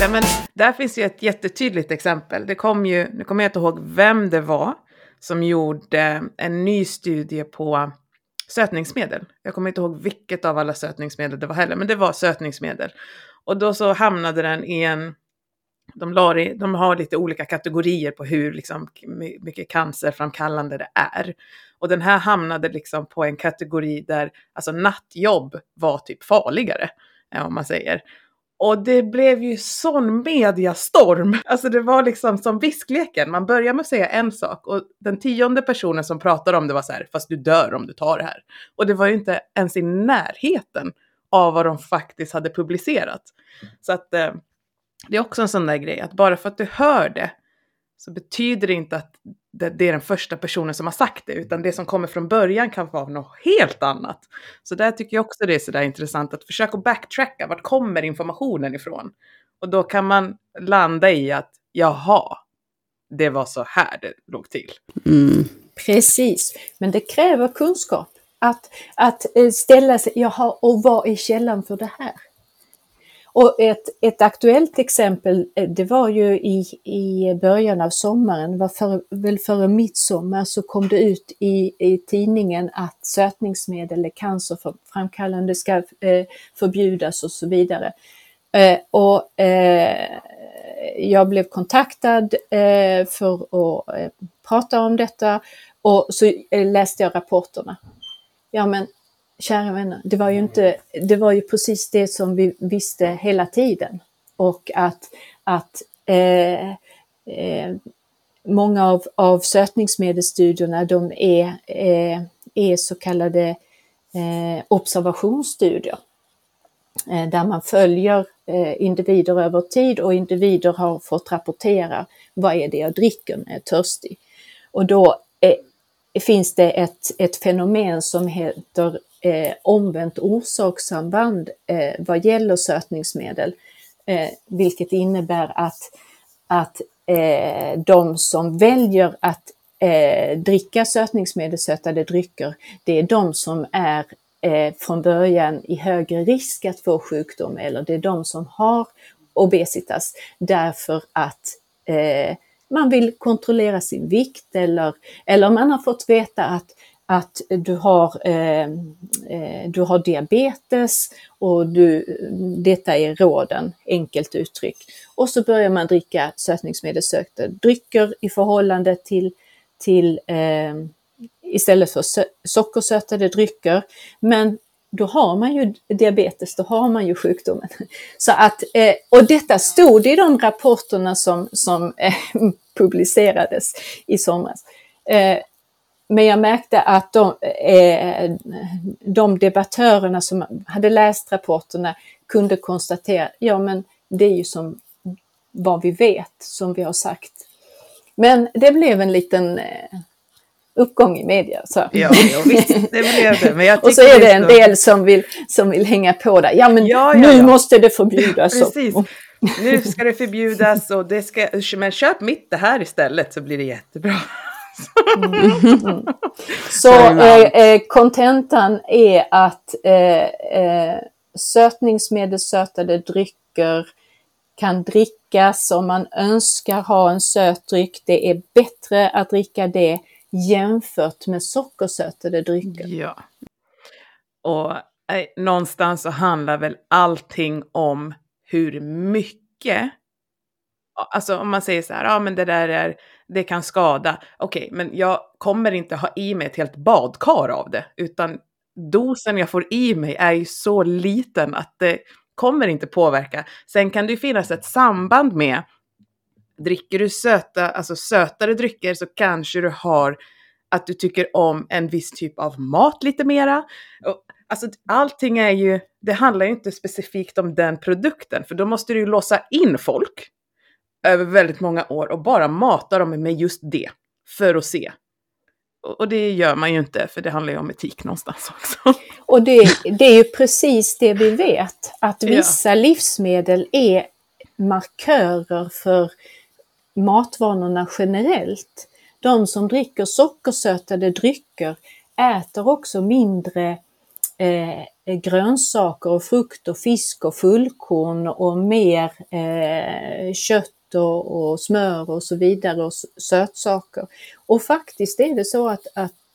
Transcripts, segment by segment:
Ja, men där finns ju ett jättetydligt exempel. Nu kommer jag inte ihåg vem det var som gjorde en ny studie på sötningsmedel. Jag kommer inte ihåg vilket av alla sötningsmedel det var heller, men det var sötningsmedel. Och då så hamnade den i en... De har lite olika kategorier på hur liksom, mycket cancerframkallande det är. Och den här hamnade liksom på en kategori där alltså nattjobb var typ farligare, om man säger. Och det blev ju sån mediastorm. Alltså det var liksom som viskleken. Man börjar med att säga en sak. Och den 10:e personen som pratade om det var så här: fast du dör om du tar det här. Och det var ju inte ens i närheten av vad de faktiskt hade publicerat. Så att det är också en sån där grej. Att bara för att du hör det så betyder det inte att det är den första personen som har sagt det. Utan det som kommer från början kan vara något helt annat. Så där tycker jag också det är så där intressant att försöka backtracka. Vart kommer informationen ifrån? Och då kan man landa i att jaha, det var så här det låg till. Precis, men det kräver kunskap. Att ställa sig, jaha, och vad är källan för det här? Och ett aktuellt exempel, det var ju i början av sommaren, väl före midsommar, så kom det ut i tidningen att sötningsmedel är cancerframkallande, ska förbjudas och så vidare. Jag blev kontaktad för att prata om detta, och så läste jag rapporterna. Ja, men kära vänner, det var ju precis det som vi visste hela tiden. Och att många av sötningsmedelsstudierna, de är så kallade observationsstudier. Där man följer individer över tid, och individer har fått rapportera: vad är det jag dricker när jag är törstig? Och då finns det ett fenomen som heter omvänt orsakssamband vad gäller sötningsmedel, vilket innebär att de som väljer att dricka sötningsmedelssötade drycker, det är de som är från början i högre risk att få sjukdom, eller det är de som har obesitas därför att man vill kontrollera sin vikt, eller man har fått veta att du har diabetes och detta är råden, enkelt uttryck. Och så börjar man dricka sötningsmedelssötade drycker i förhållande till istället för sockersötade drycker. Men då har man ju diabetes, då har man ju sjukdomen. Så att, och detta stod i de rapporterna som publicerades i somras. Men jag märkte att de debattörerna som hade läst rapporterna kunde konstatera, ja men det är ju som vad vi vet, som vi har sagt. Men det blev en liten uppgång i media. Så. Ja, visst, det blev det. Men jag och så är det en del som vill hänga på där. Ja, men nu måste det förbjudas. Precis. Nu ska det förbjudas, och men köp mitt det här istället så blir det jättebra. Så kontentan är att sötningsmedelssötade drycker kan drickas om man önskar ha en sötdryck. Det är bättre att dricka det jämfört med sockersötade drycker. Ja. Och någonstans så handlar väl allting om hur mycket, alltså om man säger så här, ja men det kan skada. Okej, men jag kommer inte ha i mig ett helt badkar av det, utan dosen jag får i mig är ju så liten att det kommer inte påverka. Sen kan det ju finnas ett samband med, dricker du sötare drycker, så kanske du har att du tycker om en viss typ av mat lite mera. Alltså allting är ju, det handlar ju inte specifikt om den produkten, för då måste du ju låsa in folk över väldigt många år och bara mata dem med just det för att se. Och det gör man ju inte, för det handlar ju om etik någonstans också. Och det är ju precis det vi vet, att vissa livsmedel är markörer för matvanorna generellt. De som dricker sockersötade drycker äter också mindre grönsaker och frukt och fisk och fullkorn och mer kött och smör och så vidare och sötsaker. Och faktiskt är det så att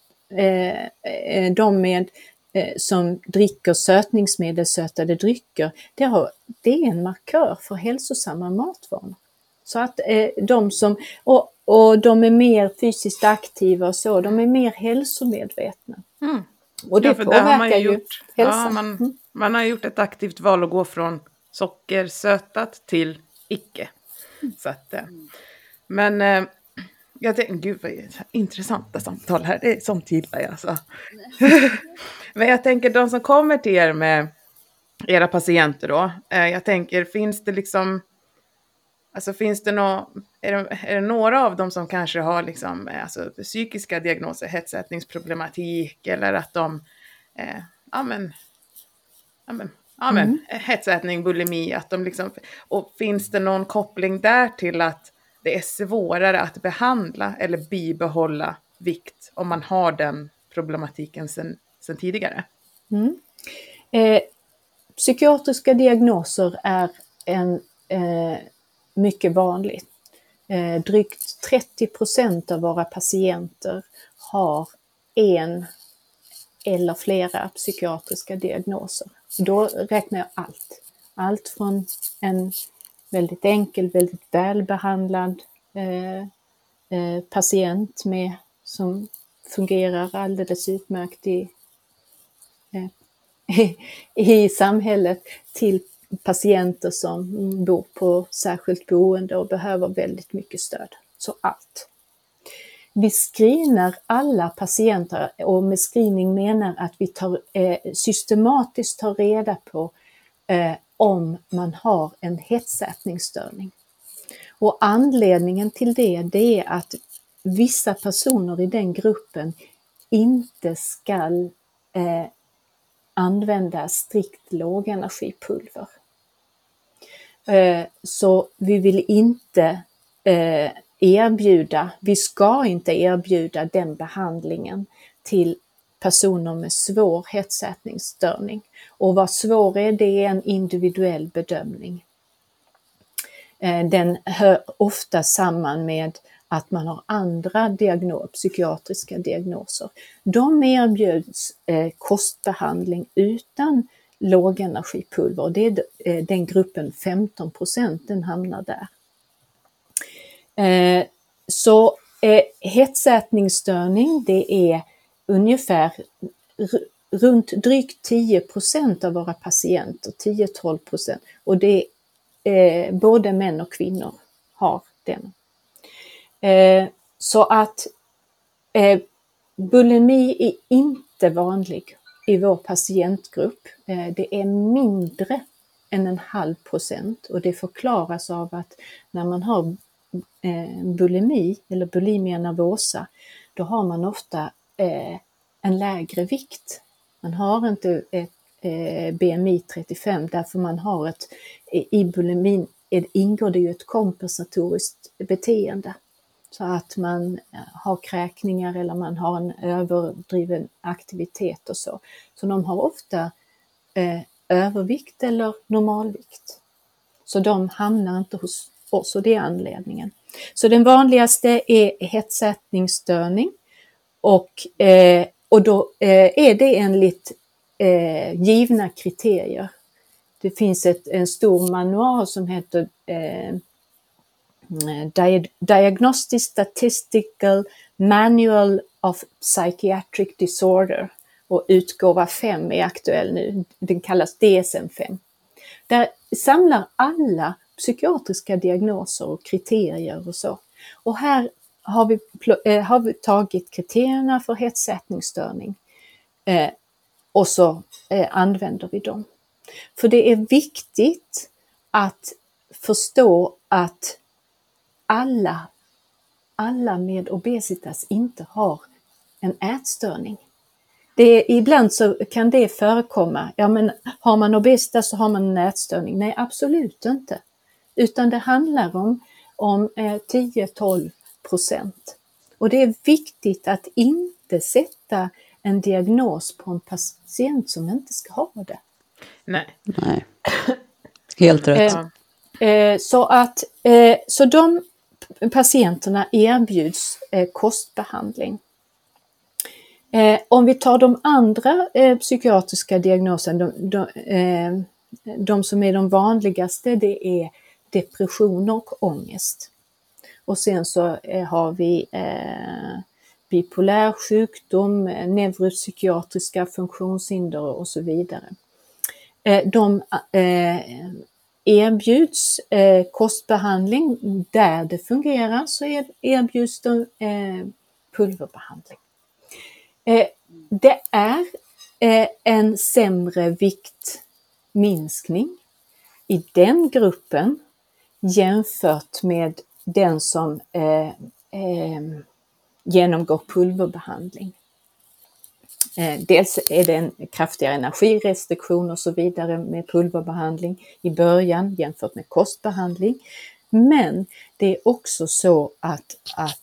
de som dricker sötningsmedelsötade drycker, det är en markör för hälsosamma matvanor. Så att de som, och de är mer fysiskt aktiva och så, de är mer hälsomedvetna. Mm. Och det för påverkar där har man ju hälsan. Ja, man har gjort ett aktivt val att gå från sockersötat till icke. Så att, men jag tänkte, gud vad intressanta samtal här, det är sånt gillar jag. Så. Men jag tänker de som kommer till er med era patienter då, jag tänker finns det liksom, alltså finns det är det några av dem som kanske har liksom, alltså psykiska diagnoser, hetsätningsproblematik eller att de, hetsätning, bulimi, att de liksom, och finns det någon koppling där till att det är svårare att behandla eller bibehålla vikt om man har den problematiken sen tidigare? Psykiatriska diagnoser är mycket vanligt. Drygt 30% av våra patienter har en eller flera psykiatriska diagnoser. Då räknar jag allt. Allt från en väldigt enkel, väldigt välbehandlad patient som fungerar alldeles utmärkt i samhället till patienter som bor på särskilt boende och behöver väldigt mycket stöd. Så allt. Vi screenar alla patienter och med screening menar att vi systematiskt tar reda på om man har en hetsätningsstörning. Och anledningen till det är att vissa personer i den gruppen inte ska använda strikt lågenergipulver. Så vi vill inte vi ska inte erbjuda den behandlingen till personer med svår hetsätningsstörning. Och vad svår är, det är en individuell bedömning. Den hör ofta samman med att man har andra psykiatriska diagnoser. De erbjuds kostbehandling utan lågenergipulver. Det är den gruppen 15%, den hamnar där. Så hetsätningsstörning, det är ungefär runt drygt 10% av våra patienter, 10-12%. Och det är både män och kvinnor har den. Så att bulimi är inte vanlig i vår patientgrupp. Det är mindre än 0,5% och det förklaras av att när man har bulimi eller bulimia nervosa, då har man ofta en lägre vikt. Man har inte ett BMI 35 därför man har i bulimin ingår det ju ett kompensatoriskt beteende. Så att man har kräkningar eller man har en överdriven aktivitet och så. Så de har ofta övervikt eller normalvikt. Så de hamnar inte hos oss och det är anledningen. Så den vanligaste är hetsätningsstörning och då är det enligt givna kriterier. Det finns en stor manual som heter Diagnostic Statistical Manual of Psychiatric Disorder och utgåva 5 är aktuell nu. Den kallas DSM-5. Där samlar alla psykiatriska diagnoser och kriterier och så. Och här har vi tagit kriterierna för hetsätningsstörning och så använder vi dem. För det är viktigt att förstå att alla med obesitas inte har en ätstörning. Ibland så kan det förekomma, ja men har man obesitas så har man en ätstörning. Nej, absolut inte. Utan det handlar om 10-12%. Och det är viktigt att inte sätta en diagnos på en patient som inte ska ha det. Nej. Helt rätt. Så de patienterna erbjuds kostbehandling. Om vi tar de andra psykiatriska diagnoserna, de som är de vanligaste, det är depression och ångest. Och sen så har vi bipolär sjukdom, neuropsykiatriska funktionshinder och så vidare. De erbjuds kostbehandling. Där det fungerar så erbjuds de pulverbehandling. Det är en sämre viktminskning i den gruppen jämfört med den som genomgår pulverbehandling. Dels är det en kraftigare energirestriktion och så vidare med pulverbehandling i början jämfört med kostbehandling. Men det är också så att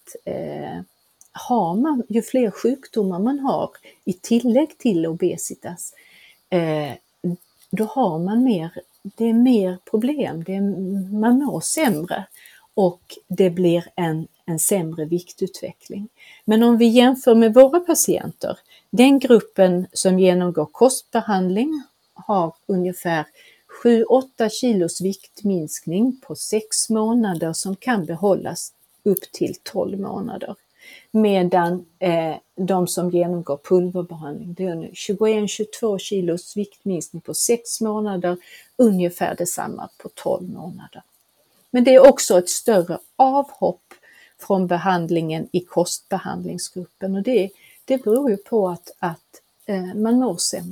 har man, ju fler sjukdomar man har i tillägg till obesitas, då har man mer problem, man mår sämre och det blir en sämre viktutveckling. Men om vi jämför med våra patienter, den gruppen som genomgår kostbehandling har ungefär 7-8 kilos viktminskning på 6 månader som kan behållas upp till 12 månader. Medan de som genomgår pulverbehandling, det är 21-22 kilos viktminskning på 6 månader, ungefär detsamma på 12 månader. Men det är också ett större avhopp från behandlingen i kostbehandlingsgruppen och det beror ju på att man mår sämre.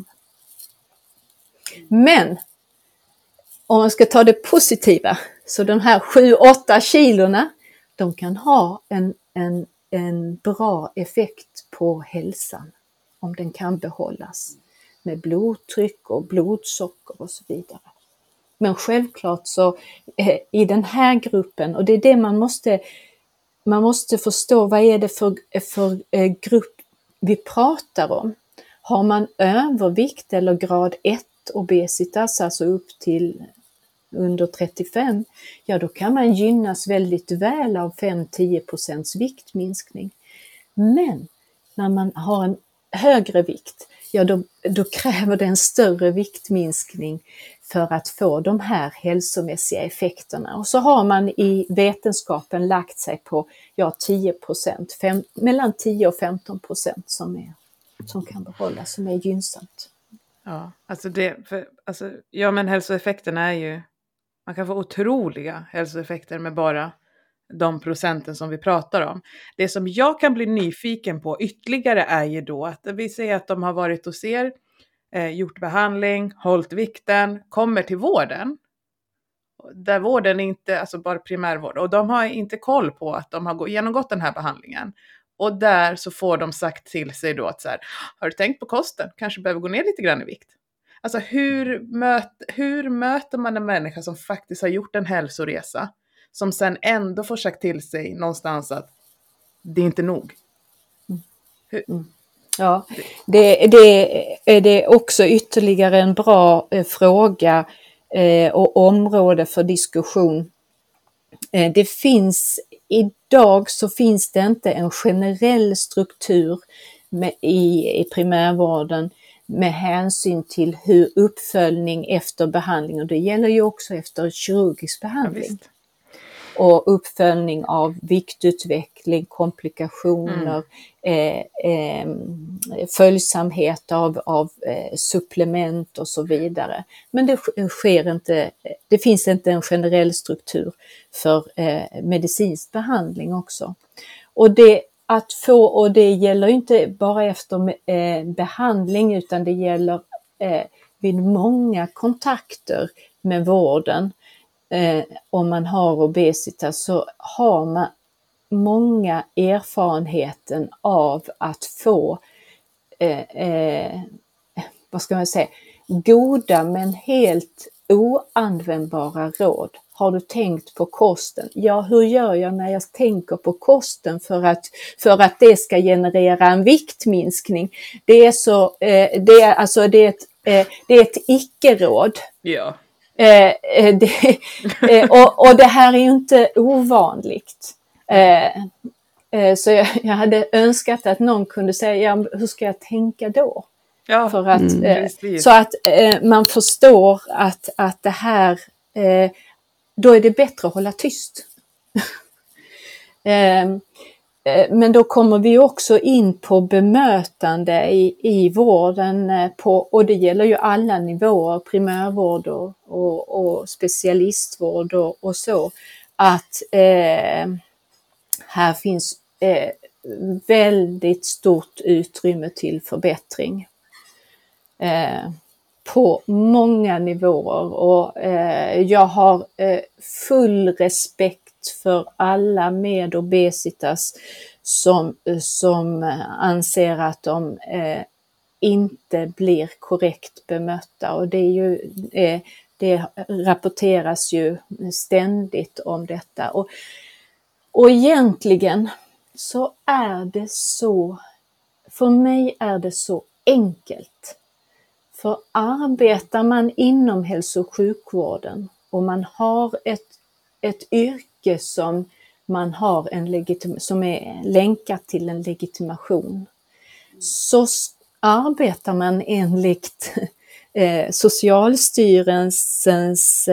Men om man ska ta det positiva, så de här 7-8 kilorna, de kan ha en bra effekt på hälsan om den kan behållas med blodtryck och blodsocker och så vidare. Men självklart så i den här gruppen, och det är det man måste förstå, vad är det för grupp vi pratar om. Har man övervikt eller grad 1 obesitas, alltså upp till under 35, ja då kan man gynnas väldigt väl av 5-10% viktminskning. Men när man har en högre vikt, ja då kräver det en större viktminskning för att få de här hälsomässiga effekterna. Och så har man i vetenskapen lagt sig på 10%, mellan 10 och 15% som kan behållas, som är gynnsamt. Ja, men hälsoeffekterna är ju, man kan få otroliga hälsoeffekter med bara de procenten som vi pratar om. Det som jag kan bli nyfiken på ytterligare är ju då att vi säger att de har varit hos er, gjort behandling, hållit vikten, kommer till vården. Där vården inte, alltså bara primärvård, och de har inte koll på att de har genomgått den här behandlingen. Och där så får de sagt till sig då att så här, har du tänkt på kosten? Kanske behöver gå ner lite grann i vikt. Alltså hur möter man en människa som faktiskt har gjort en hälsoresa, som sen ändå får sagt till sig någonstans att det är inte nog? Ja, det är också ytterligare en bra fråga och område för diskussion. Idag så finns det inte en generell struktur i primärvården med hänsyn till hur uppföljning efter behandling, och det gäller ju också efter kirurgisk behandling. Ja, och uppföljning av viktutveckling, komplikationer, följsamhet av supplement och så vidare. Men det finns inte en generell struktur för medicinsk behandling också. Och det gäller inte bara efter behandling, utan det gäller vid många kontakter med vården. Om man har obesitas så har man många erfarenheten av att få goda men helt oanvändbara råd har du tänkt på kosten? Ja, hur gör jag när jag tänker på kosten för att det ska generera en viktminskning? Det är ett icke-råd. Ja. Och det här är ju inte ovanligt. Så jag hade önskat att någon kunde säga, ja, hur ska jag tänka då? Ja, för att, precis. så att man förstår att det här, då är det bättre att hålla tyst. Men då kommer vi också in på bemötande i vården, och det gäller ju alla nivåer, primärvård och specialistvård och så, att här finns väldigt stort utrymme till förbättring på många nivåer, och jag har full respekt för alla med obesitas som anser att de inte blir korrekt bemötta, och det är ju det rapporteras ju ständigt om detta, och egentligen så är det så, för mig är det så enkelt. För arbetar man inom hälso- och sjukvården och man har ett yrke som man har som är länkat till en legitimation, så arbetar man enligt Socialstyrelsens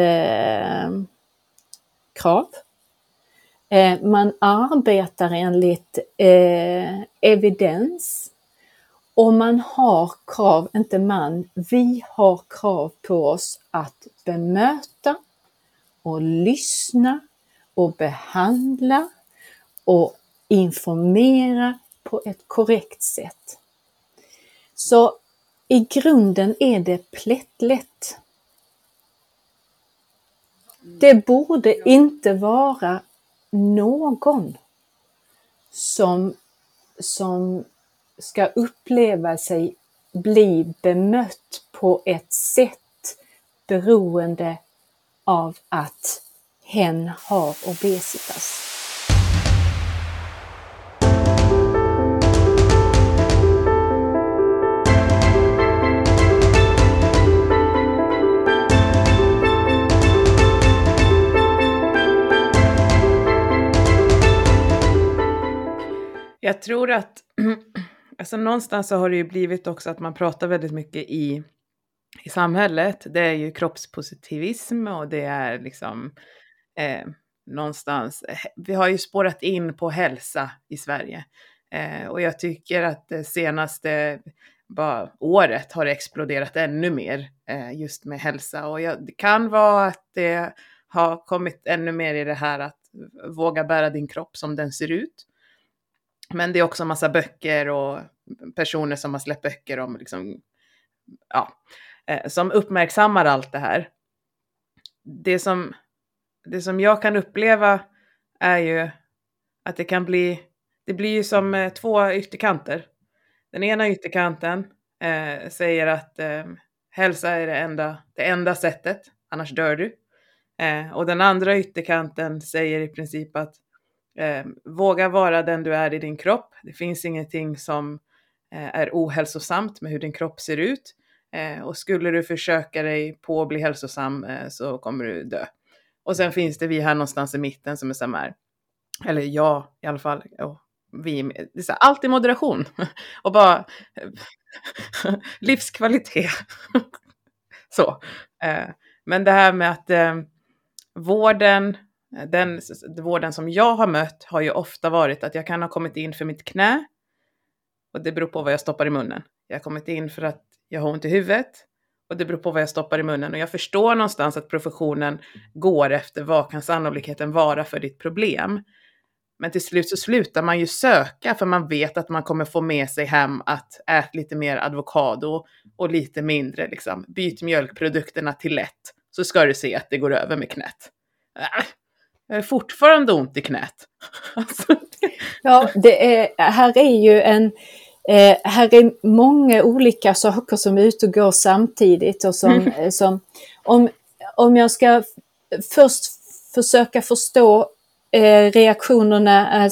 krav. Man arbetar enligt evidens, och man har krav, vi har krav på oss att bemöta och lyssna och behandla och informera på ett korrekt sätt. Så i grunden är det plättlätt. Det borde inte vara någon som ska uppleva sig bli bemött på ett sätt beroende av att hen har obesitas. Jag tror att alltså någonstans så har det ju blivit också att man pratar väldigt mycket i samhället. Det är ju kroppspositivism, och det är liksom någonstans, vi har ju spårat in på hälsa i Sverige. Och jag tycker att det senaste året har det exploderat ännu mer just med hälsa. Och det kan vara att det har kommit ännu mer i det här att våga bära din kropp som den ser ut. Men det är också en massa böcker och personer som har släppt böcker om liksom, som uppmärksammar allt det här. Det som jag kan uppleva är ju att det blir ju som två ytterkanter. Den ena ytterkanten säger att hälsa är det enda sättet, annars dör du. Och den andra ytterkanten säger i princip att våga vara den du är i din kropp. Det finns ingenting som är ohälsosamt med hur din kropp ser ut. Och skulle du försöka dig på att bli hälsosam så kommer du dö. Och sen finns det vi här någonstans i mitten som är samma här. Eller jag i alla fall. Det är så här, allt i moderation. Och bara livskvalitet. Så. Men det här med att vården som jag har mött har ju ofta varit att jag kan ha kommit in för mitt knä. Och det beror på vad jag stoppar i munnen. Jag har kommit in för att jag har ont i huvudet. Och det beror på vad jag stoppar i munnen. Och jag förstår någonstans att professionen går efter vad kan sannolikheten vara för ditt problem. Men till slut så slutar man ju söka. För man vet att man kommer få med sig hem att äta lite mer avokado. Och lite mindre liksom. Byt mjölkprodukterna till lätt. Så ska du se att det går över med knät. Jag har fortfarande ont i knät. Alltså. Ja, här är många olika saker som är ute och går samtidigt, och som om jag ska först försöka förstå reaktionerna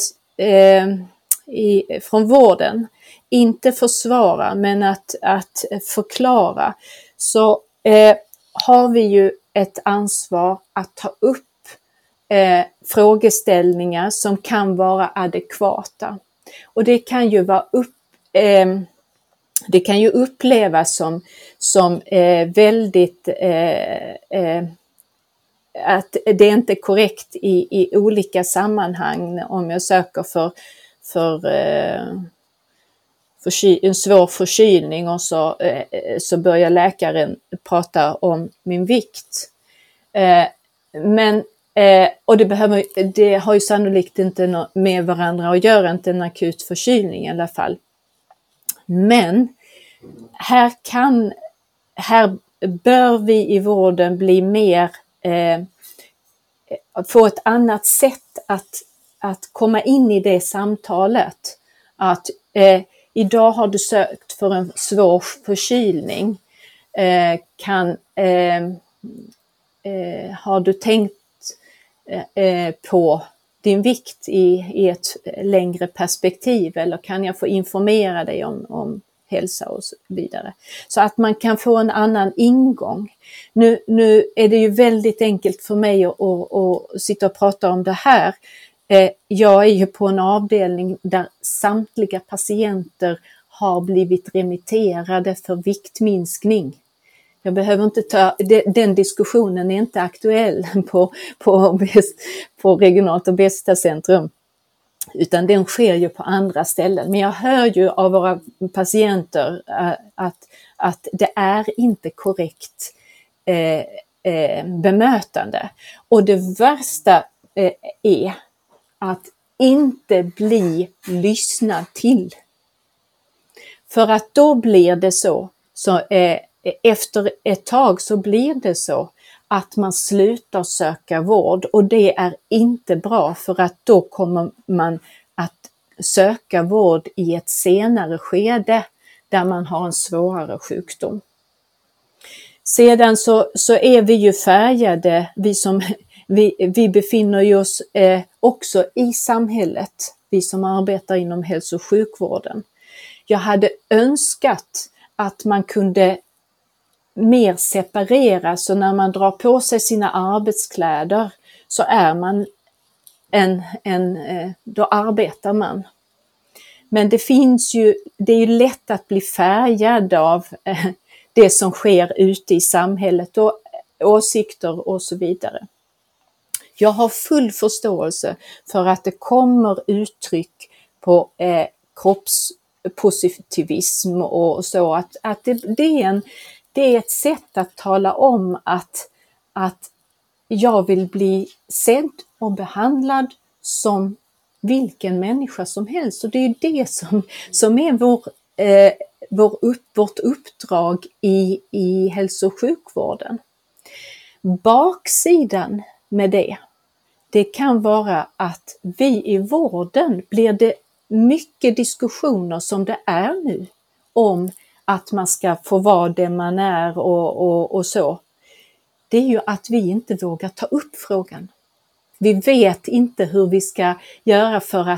från vården. Inte försvara, men att förklara. Så har vi ju ett ansvar att ta upp frågeställningar som kan vara adekvata. Och det kan ju vara det kan ju upplevas som väldigt att det är inte korrekt i olika sammanhang. Om jag söker för en svår förkylning och så börjar läkaren prata om min vikt. Och det har ju sannolikt inte med varandra att göra, inte en akut förkylning i alla fall. Men här bör vi i vården bli mer, få ett annat sätt att komma in i det samtalet. Att idag har du sökt för en svår förkylning. Har du tänkt på din vikt i ett längre perspektiv, eller kan jag få informera dig om hälsa och så vidare. Så att man kan få en annan ingång. Nu är det ju väldigt enkelt för mig att sitta och prata om det här. Jag är ju på en avdelning där samtliga patienter har blivit remitterade för viktminskning. Jag behöver inte den diskussionen är inte aktuell på regionalt obesitascentrum, utan den sker ju på andra ställen. Men jag hör ju av våra patienter att det är inte korrekt bemötande. Och det värsta är att inte bli lyssnad till. För att då blir det så efter ett tag så blir det så att man slutar söka vård, och det är inte bra, för att då kommer man att söka vård i ett senare skede där man har en svårare sjukdom. Sedan så är vi ju färgade, vi befinner oss också i samhället, vi som arbetar inom hälso- och sjukvården. Jag hade önskat att man kunde mer separera, så när man drar på sig sina arbetskläder så är man då arbetar man. Men det är ju lätt att bli färgad av det som sker ute i samhället och åsikter och så vidare. Jag har full förståelse för att det kommer uttryck på kroppspositivism och så, att det är ett sätt att tala om att jag vill bli sedd och behandlad som vilken människa som helst. Och det är det som är vårt uppdrag i hälso- och sjukvården. Baksidan med det kan vara att vi i vården blir det mycket diskussioner som det är nu om att man ska få vara det man är och så. Det är ju att vi inte vågar ta upp frågan. Vi vet inte hur vi ska göra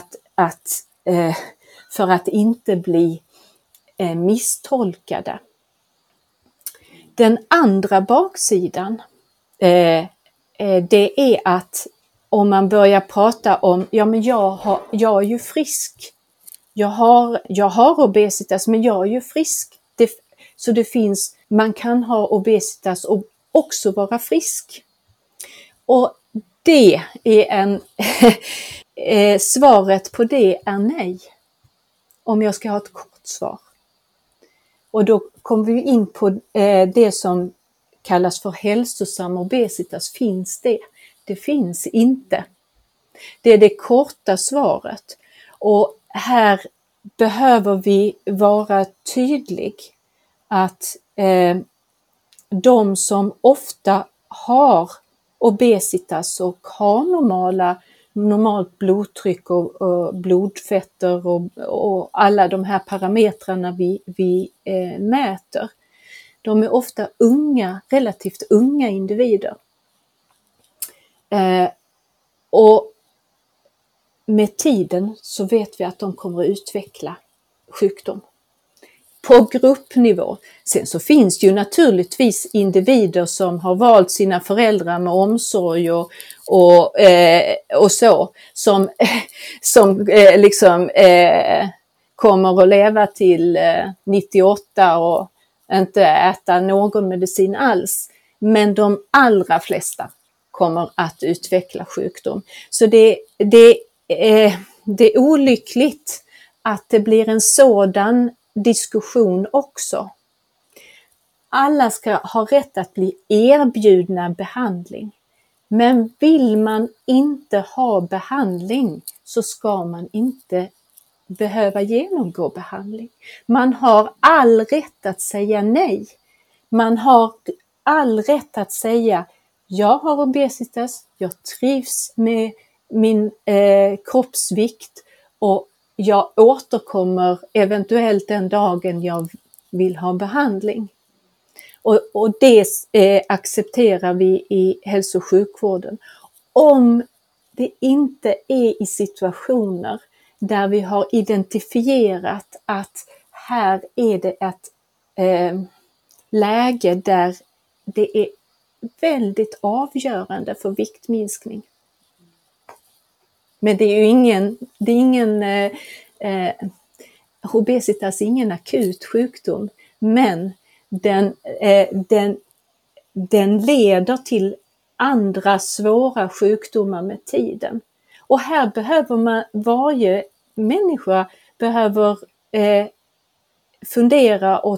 för att inte bli misstolkade. Den andra baksidan, det är att om man börjar prata om, ja men jag är ju frisk. Jag har obesitas, men jag är ju frisk. Så det finns, man kan ha obesitas och också vara frisk. Och det är svaret på det är nej. Om jag ska ha ett kort svar. Och då kommer vi in på det som kallas för hälsosam obesitas. Finns det? Det finns inte. Det är det korta svaret. Och här behöver vi vara tydlig att de som ofta har obesitas och har normalt blodtryck och blodfetter och alla de här parametrarna vi mäter, de är ofta relativt unga individer. Och med tiden så vet vi att de kommer att utveckla sjukdom på gruppnivå. Sen så finns det ju naturligtvis individer som har valt sina föräldrar med omsorg och så, som liksom kommer att leva till 98 och inte äta någon medicin alls. Men de allra flesta kommer att utveckla sjukdom. Så det är olyckligt att det blir en sådan diskussion också. Alla ska ha rätt att bli erbjudna behandling. Men vill man inte ha behandling så ska man inte behöva genomgå behandling. Man har all rätt att säga nej. Man har all rätt att säga: jag har obesitas, jag trivs med min kroppsvikt och jag återkommer eventuellt den dagen jag vill ha behandling. Och det accepterar vi i hälso- och sjukvården. Om det inte är i situationer där vi har identifierat att här är det ett läge där det är väldigt avgörande för viktminskning. Men det är ju ingen obesitas är ingen akut sjukdom, men den leder till andra svåra sjukdomar med tiden. Och här behöver varje människa behöver fundera och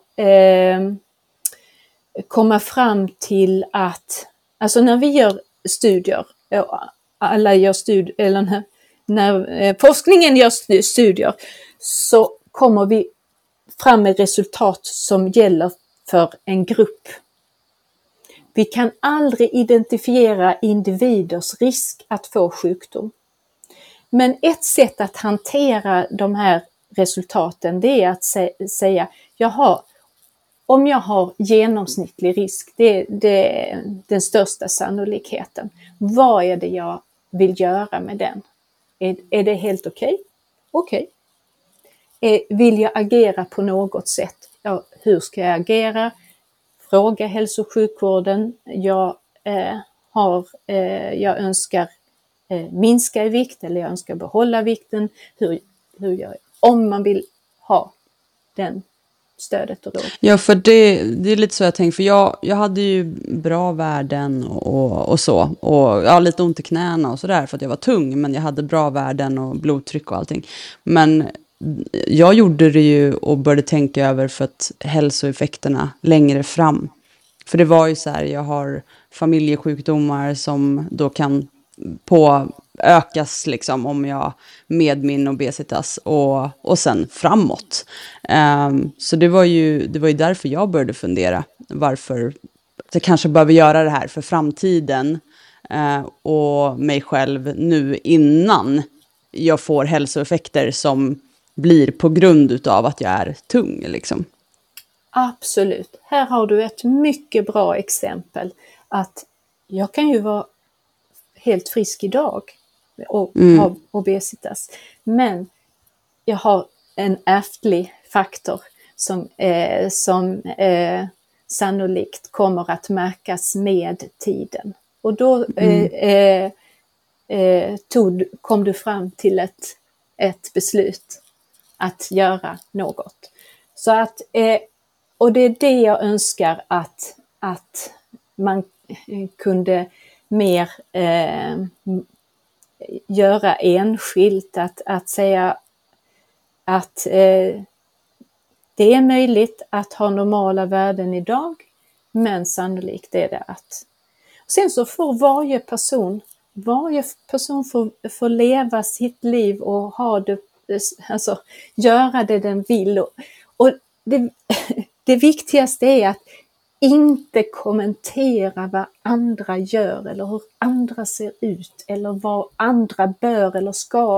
komma fram till att, alltså när vi gör studier, alla gör studier, eller när forskningen gör studier, så kommer vi fram med resultat som gäller för en grupp. Vi kan aldrig identifiera individers risk att få sjukdom. Men ett sätt att hantera de här resultaten, det är att säga: om jag har genomsnittlig risk, det är den största sannolikheten. Vad är det jag vill göra med den? Är det helt okej? Okej. Vill jag agera på något sätt? Ja, hur ska jag agera? Fråga hälso- och sjukvården. Jag önskar minska i vikt, eller jag önskar behålla vikten. Hur gör jag? Om man vill ha den stödet och råd. Ja, för det är lite så jag tänker, för jag hade ju bra värden och så, och jag har lite ont i knäna och sådär för att jag var tung, men jag hade bra värden och blodtryck och allting. Men jag gjorde det ju och började tänka över för att hälsoeffekterna längre fram. För det var ju så här, jag har familjesjukdomar som då kan ökas liksom om jag med min obesitas och sen framåt. Så det var ju därför jag började fundera varför jag kanske behöver göra det här för framtiden och mig själv nu innan jag får hälsoeffekter som blir på grund utav att jag är tung liksom. Absolut. Här har du ett mycket bra exempel, att jag kan ju vara helt frisk idag och ha obesitas. Men jag har en ärftlig faktor som sannolikt kommer att märkas med tiden. Och då kom du fram till ett beslut att göra något. Så att, och det är det jag önskar att man kunde mer göra enskilt, att säga att det är möjligt att ha normala värden idag, men sannolikt är det att. Sen så får varje person får leva sitt liv och ha det, alltså göra det den vill. Och det viktigaste är att inte kommentera vad andra gör eller hur andra ser ut eller vad andra bör eller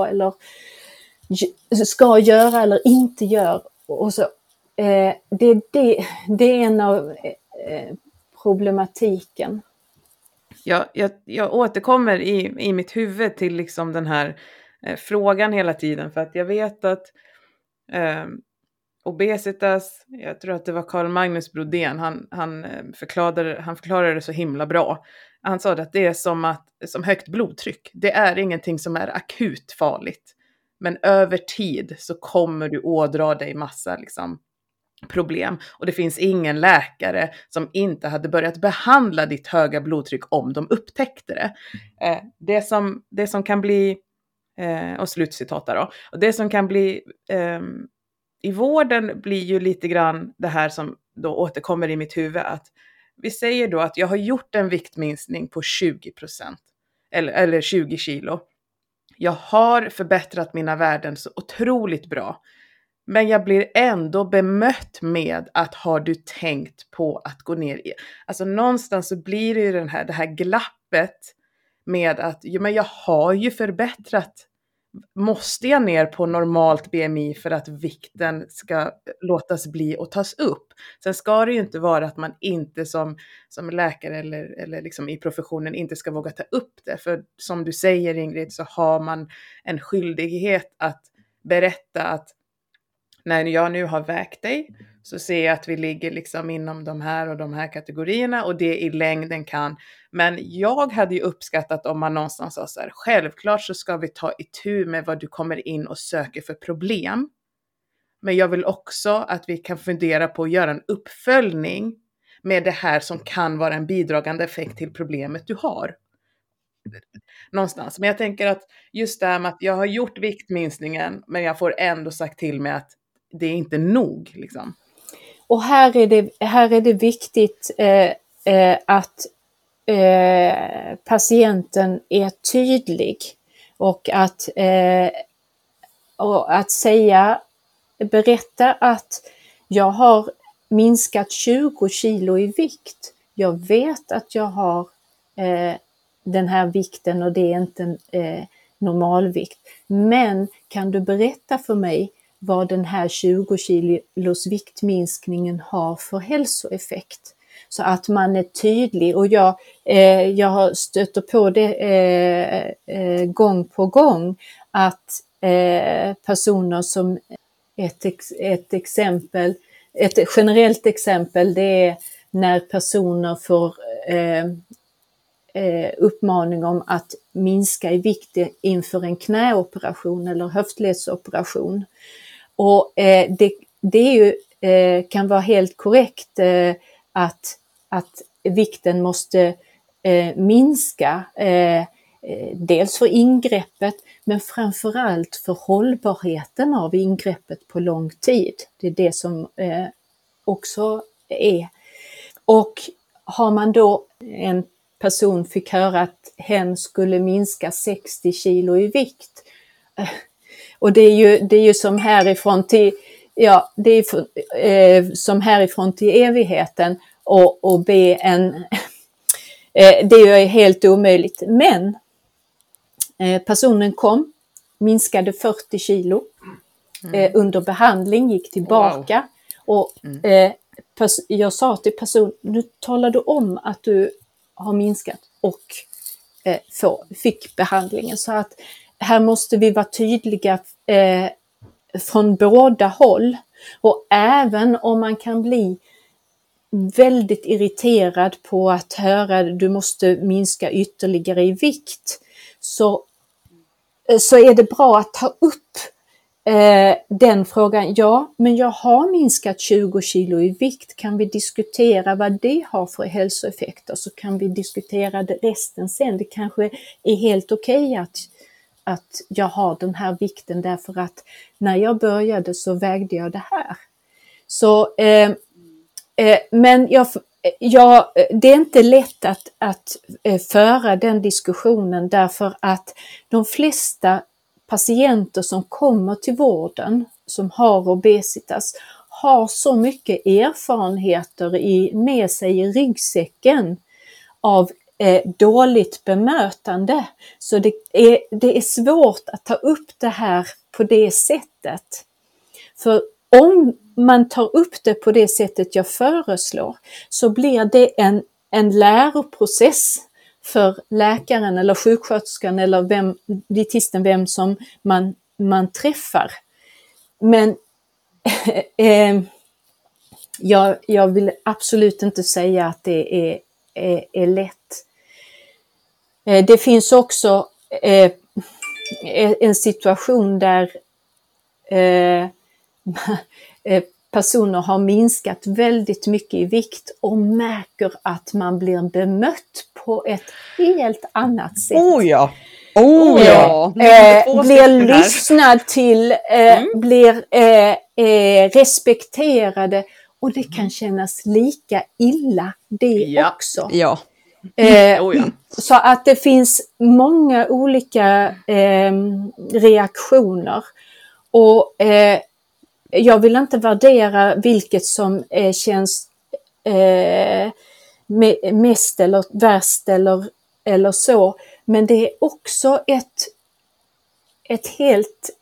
ska göra eller inte gör. Och så, det är en av problematiken. Jag återkommer i mitt huvud till liksom den här frågan hela tiden, för att jag vet att obesitas, jag tror att det var Carl Magnus Brodén, han förklarade det så himla bra. Han sa att det är som högt blodtryck. Det är ingenting som är akut farligt. Men över tid så kommer du ådra dig massa liksom problem. Och det finns ingen läkare som inte hade börjat behandla ditt höga blodtryck om de upptäckte det. Det som kan bli, och slutcitat där då, och det som kan bli i vården blir ju lite grann det här som då återkommer i mitt huvud, att vi säger då att jag har gjort en viktminskning på 20% eller 20 kilo. Jag har förbättrat mina värden så otroligt bra. Men jag blir ändå bemött med att har du tänkt på att gå ner i... Alltså någonstans så blir det ju det här glappet med att men jag har ju förbättrat. Måste jag ner på normalt BMI för att vikten ska låtas bli och tas upp? Sen ska det ju inte vara att man inte som läkare eller liksom i professionen inte ska våga ta upp det. För som du säger, Ingrid, så har man en skyldighet att berätta att när jag nu har vägt dig så ser jag att vi ligger liksom inom de här och de här kategorierna och det i längden kan. Men jag hade ju uppskattat om man någonstans sa så här, självklart så ska vi ta itu med vad du kommer in och söker för problem. Men jag vill också att vi kan fundera på att göra en uppföljning med det här som kan vara en bidragande effekt till problemet du har. Någonstans. Men jag tänker att just det här med att jag har gjort viktminskningen men jag får ändå sagt till mig att det är inte nog liksom. Och här är det viktigt att patienten är tydlig och att berätta att jag har minskat 20 kilo i vikt. Jag vet att jag har den här vikten och det är inte normalvikt. Men kan du berätta för mig vad den här 20 kilos viktminskningen har för hälsoeffekt? Så att man är tydlig, och jag har stött på det gång på gång att personer som ett generellt exempel, det är när personer får uppmaning om att minska i vikt inför en knäoperation eller höftledsoperation. Och det är ju, kan vara helt korrekt att vikten måste minska, dels för ingreppet men framförallt för hållbarheten av ingreppet på lång tid. Det är det som också är. Och har man då en person fick höra att hen skulle minska 60 kilo i vikt. Och det är ju som härifrån till, ja, det är som härifrån till evigheten och be en, det är ju helt omöjligt. Men personen kom, minskade 40 kilo under behandling, gick tillbaka. Wow. Och jag sa till personen, nu talar du om att du har minskat och fick behandlingen. Så att här måste vi vara tydliga från båda håll. Och även om man kan bli väldigt irriterad på att höra du måste minska ytterligare i vikt, så är det bra att ta upp den frågan. Ja, men jag har minskat 20 kilo i vikt. Kan vi diskutera vad det har för hälsoeffekter, så kan vi diskutera resten sen. Det kanske är helt okej att jag har den här vikten därför att när jag började så vägde jag det här. Så, men det är inte lätt att föra den diskussionen, därför att de flesta patienter som kommer till vården som har obesitas har så mycket erfarenheter med sig i ryggsäcken av dåligt bemötande. Så det är svårt att ta upp det här på det sättet. För om man tar upp det på det sättet jag föreslår, så blir det en läroprocess för läkaren eller sjuksköterskan eller dietisten vem som man träffar. Men jag vill absolut inte säga att det är lätt. Det finns också en situation där personer har minskat väldigt mycket i vikt och märker att man blir bemött på ett helt annat sätt. Oh ja! Blir lyssnad till, blir respekterade, och det kan kännas lika illa det också. Ja. Så att det finns många olika reaktioner, och jag vill inte värdera vilket som känns mest eller värst eller så, men det är också ett helt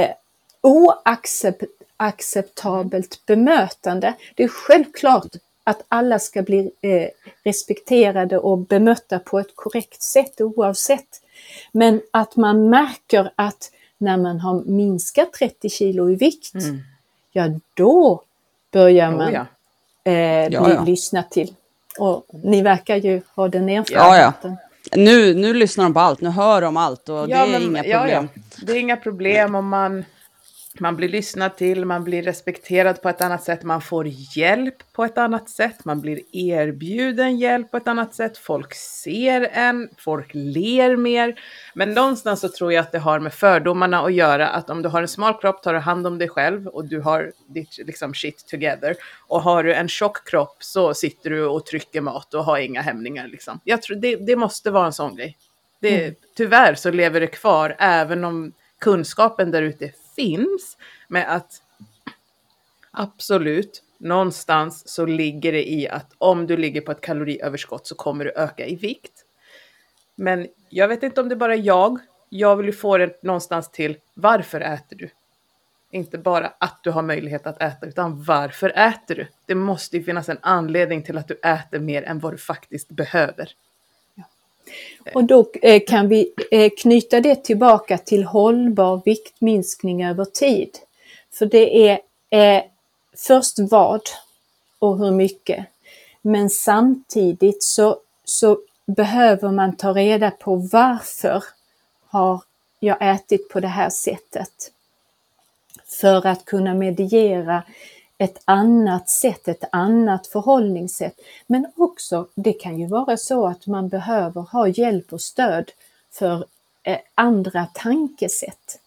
oacceptabelt bemötande. Det är självklart att alla ska bli respekterade och bemötta på ett korrekt sätt oavsett. Men att man märker att när man har minskat 30 kilo i vikt, då börjar man bli lyssnat till. Och ni verkar ju ha den erfarenheten. Nu lyssnar de på allt, nu hör de allt, och det är inga problem. Det är inga problem om man blir lyssnad till, man blir respekterad på ett annat sätt, man får hjälp på ett annat sätt, man blir erbjuden hjälp på ett annat sätt, folk ser en, folk ler mer. Men någonstans så tror jag att det har med fördomarna att göra, att om du har en smal kropp tar du hand om dig själv och du har ditt liksom shit together, och har du en tjock kropp så sitter du och trycker mat och har inga hämningar liksom. Jag tror det måste vara en sån grej. Tyvärr så lever det kvar, även om kunskapen där ute finns, med att absolut någonstans så ligger det i att om du ligger på ett kaloriöverskott så kommer du öka i vikt. Men jag vet inte om det är bara jag vill ju få det någonstans till varför äter du? Inte bara att du har möjlighet att äta, utan varför äter du? Det måste ju finnas en anledning till att du äter mer än vad du faktiskt behöver. Och då kan vi knyta det tillbaka till hållbar viktminskning över tid. För det är först vad och hur mycket. Men samtidigt så behöver man ta reda på varför har jag ätit på det här sättet. För att kunna mediera ett annat sätt, ett annat förhållningssätt. Men också, det kan ju vara så att man behöver ha hjälp och stöd för andra tankesätt.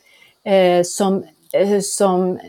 Som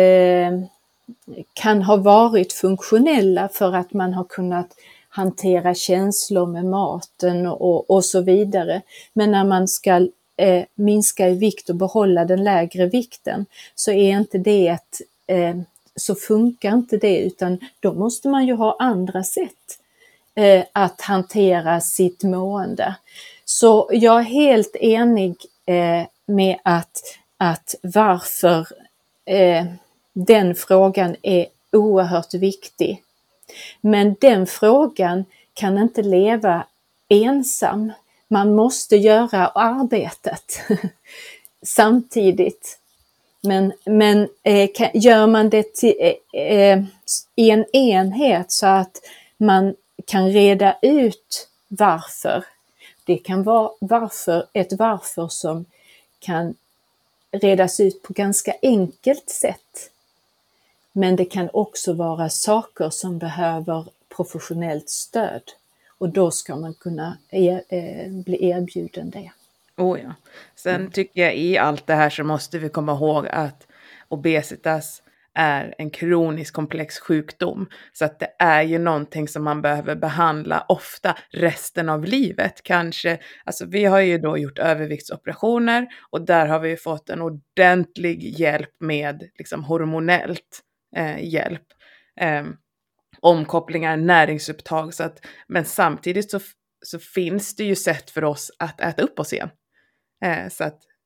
kan ha varit funktionella för att man har kunnat hantera känslor med maten och så vidare. Men när man ska minska i vikt och behålla den lägre vikten, så är inte det så funkar inte det, utan då måste man ju ha andra sätt att hantera sitt mående. Så jag är helt enig med att varför den frågan är oerhört viktig. Men den frågan kan inte leva ensam. Man måste göra arbetet samtidigt. Men gör man det i en enhet så att man kan reda ut varför. Det kan vara ett varför som kan redas ut på ganska enkelt sätt. Men det kan också vara saker som behöver professionellt stöd. Och då ska man kunna bli erbjuden det. Oh ja. Sen tycker jag i allt det här så måste vi komma ihåg att obesitas är en kronisk komplex sjukdom. Så att det är ju någonting som man behöver behandla ofta resten av livet. Kanske, alltså vi har ju då gjort överviktsoperationer och där har vi fått en ordentlig hjälp med liksom hormonellt hjälp. Omkopplingar, näringsupptag. Så att, men samtidigt så finns det ju sätt för oss att äta upp oss igen. Så att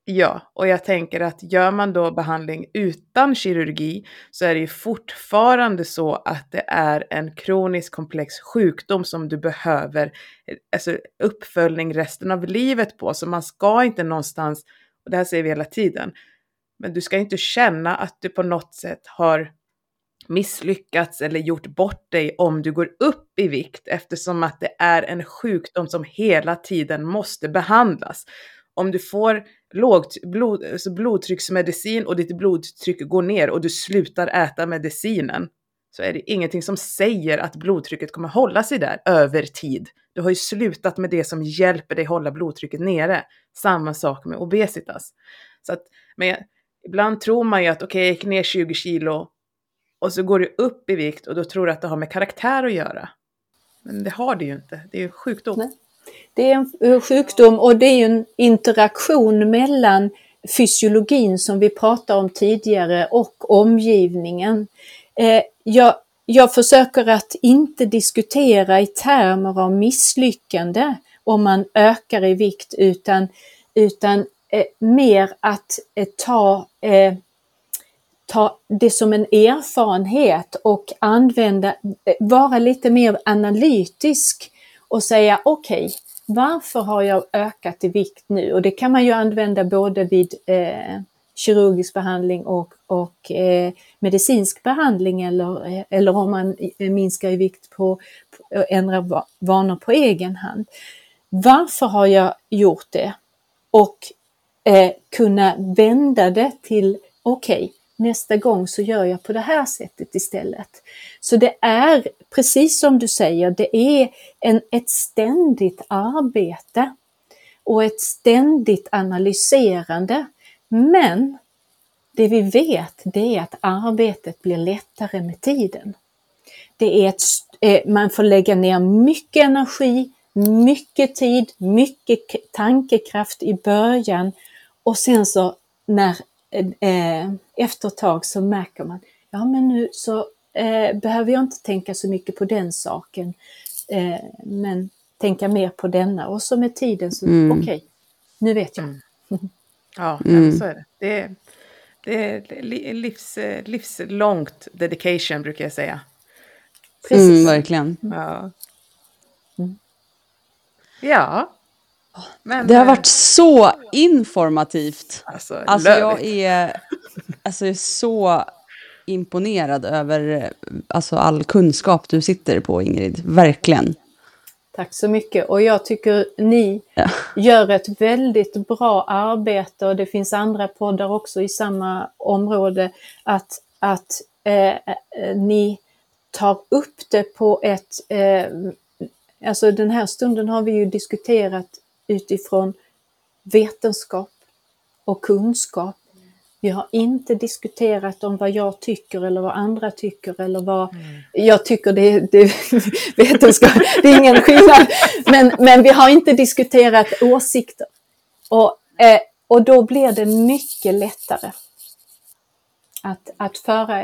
Ja, och jag tänker att gör man då behandling utan kirurgi så är det ju fortfarande så att det är en kronisk komplex sjukdom som du behöver alltså, uppföljning resten av livet på. Så man ska inte någonstans, och det här säger vi hela tiden, men du ska inte känna att du på något sätt har misslyckats eller gjort bort dig om du går upp i vikt, eftersom att det är en sjukdom som hela tiden måste behandlas. Om du får blodtrycksmedicin och ditt blodtryck går ner och du slutar äta medicinen, så är det ingenting som säger att blodtrycket kommer hålla sig där över tid. Du har ju slutat med det som hjälper dig hålla blodtrycket nere. Samma sak med obesitas. Så att, men ibland tror man ju att okej, jag gick ner 20 kilo och så går du upp i vikt och då tror du att det har med karaktär att göra. Men det har det ju inte. Det är ju en sjukdom. Nej. Det är en sjukdom och det är ju en interaktion mellan fysiologin som vi pratade om tidigare och omgivningen. Jag försöker att inte diskutera i termer av misslyckande om man ökar i vikt utan mer att ta det som en erfarenhet och vara lite mer analytisk och säga okej, varför har jag ökat i vikt nu? Och det kan man ju använda både vid kirurgisk behandling och medicinsk behandling eller om man minskar i vikt på ändrar vanor på egen hand. Varför har jag gjort det? Och kunna vända det till okej, nästa gång så gör jag på det här sättet istället. Så det är, precis som du säger, det är ett ständigt arbete och ett ständigt analyserande. Men det vi vet, det är att arbetet blir lättare med tiden. Det är man får lägga ner mycket energi, mycket tid, mycket tankekraft i början och sen så när efter ett tag så märker man, ja men nu så behöver jag inte tänka så mycket på den saken, men tänka mer på denna. Och så med tiden så, okej, nu vet jag. Ja, så är det. Det är livslångt dedication brukar jag säga. Precis. Verkligen. Ja. Ja. Men, det har varit så informativt. Alltså jag är så imponerad över all kunskap du sitter på, Ingrid. Verkligen. Tack så mycket. Och jag tycker ni gör ett väldigt bra arbete och det finns andra poddar också i samma område att ni tar upp det på ett... Alltså den här stunden har vi ju diskuterat utifrån vetenskap och kunskap. Vi har inte diskuterat om vad jag tycker eller vad andra tycker eller vad jag tycker det är vetenskap. Det är ingen skillnad. Men vi har inte diskuterat åsikter. Och då blir det mycket lättare att föra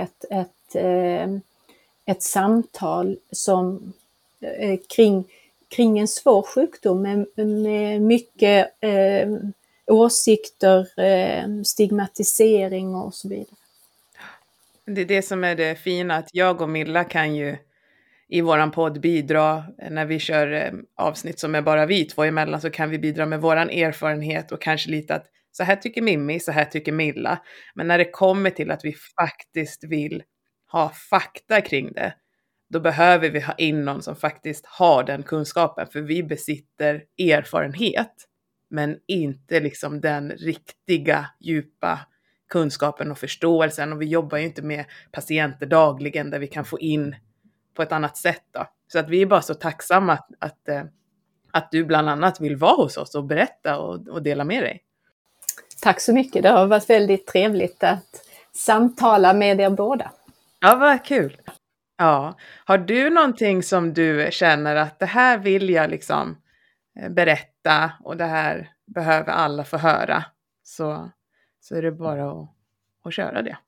ett samtal som kring en svår sjukdom med mycket åsikter, stigmatisering och så vidare. Det är det som är det fina, att jag och Milla kan ju i våran podd bidra när vi kör avsnitt som är bara vi två emellan, så kan vi bidra med våran erfarenhet och kanske lite att så här tycker Mimmi, så här tycker Milla. Men när det kommer till att vi faktiskt vill ha fakta kring det, då behöver vi ha in någon som faktiskt har den kunskapen, för vi besitter erfarenhet. Men inte liksom den riktiga, djupa kunskapen och förståelsen. Och vi jobbar ju inte med patienter dagligen där vi kan få in på ett annat sätt då. Så att vi är bara så tacksamma att du bland annat vill vara hos oss och berätta och dela med dig. Tack så mycket. Det har varit väldigt trevligt att samtala med er båda. Ja, vad kul. Ja. Har du någonting som du känner att det här vill jag liksom berätta och det här behöver alla få höra, så är det bara att köra det.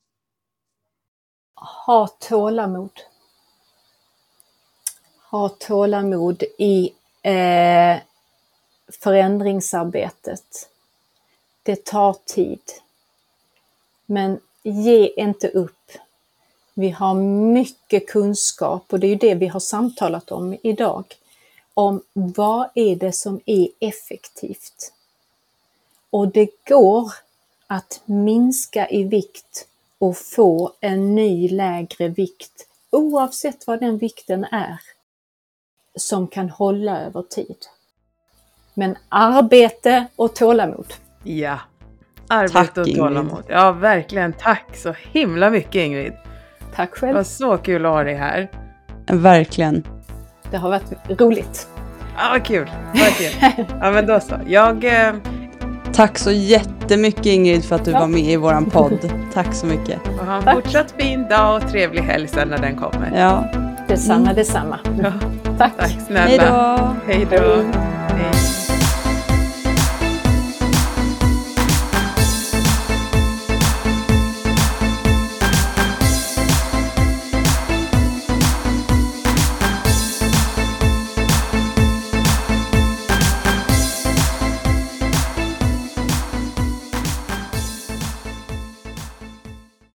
Ha tålamod. Ha tålamod i förändringsarbetet. Det tar tid. Men ge inte upp. Vi har mycket kunskap och det är ju det vi har samtalat om idag. Om vad är det som är effektivt. Och det går att minska i vikt och få en ny lägre vikt. Oavsett vad den vikten är. Som kan hålla över tid. Men arbete och tålamod. Ja, arbete och tålamod. Ja, verkligen. Tack så himla mycket, Ingrid. Tack själv. Det var så kul att ha dig här. Verkligen. Det har varit roligt. Ja, vad kul. Ja, men då så. Tack så jättemycket, Ingrid, för att du var med i våran podd. Tack så mycket. Och ha en fortsatt fin dag och trevlig helg sen när den kommer. Ja. Detsamma. Ja. Tack. Tack snälla. Hej då. Hej då.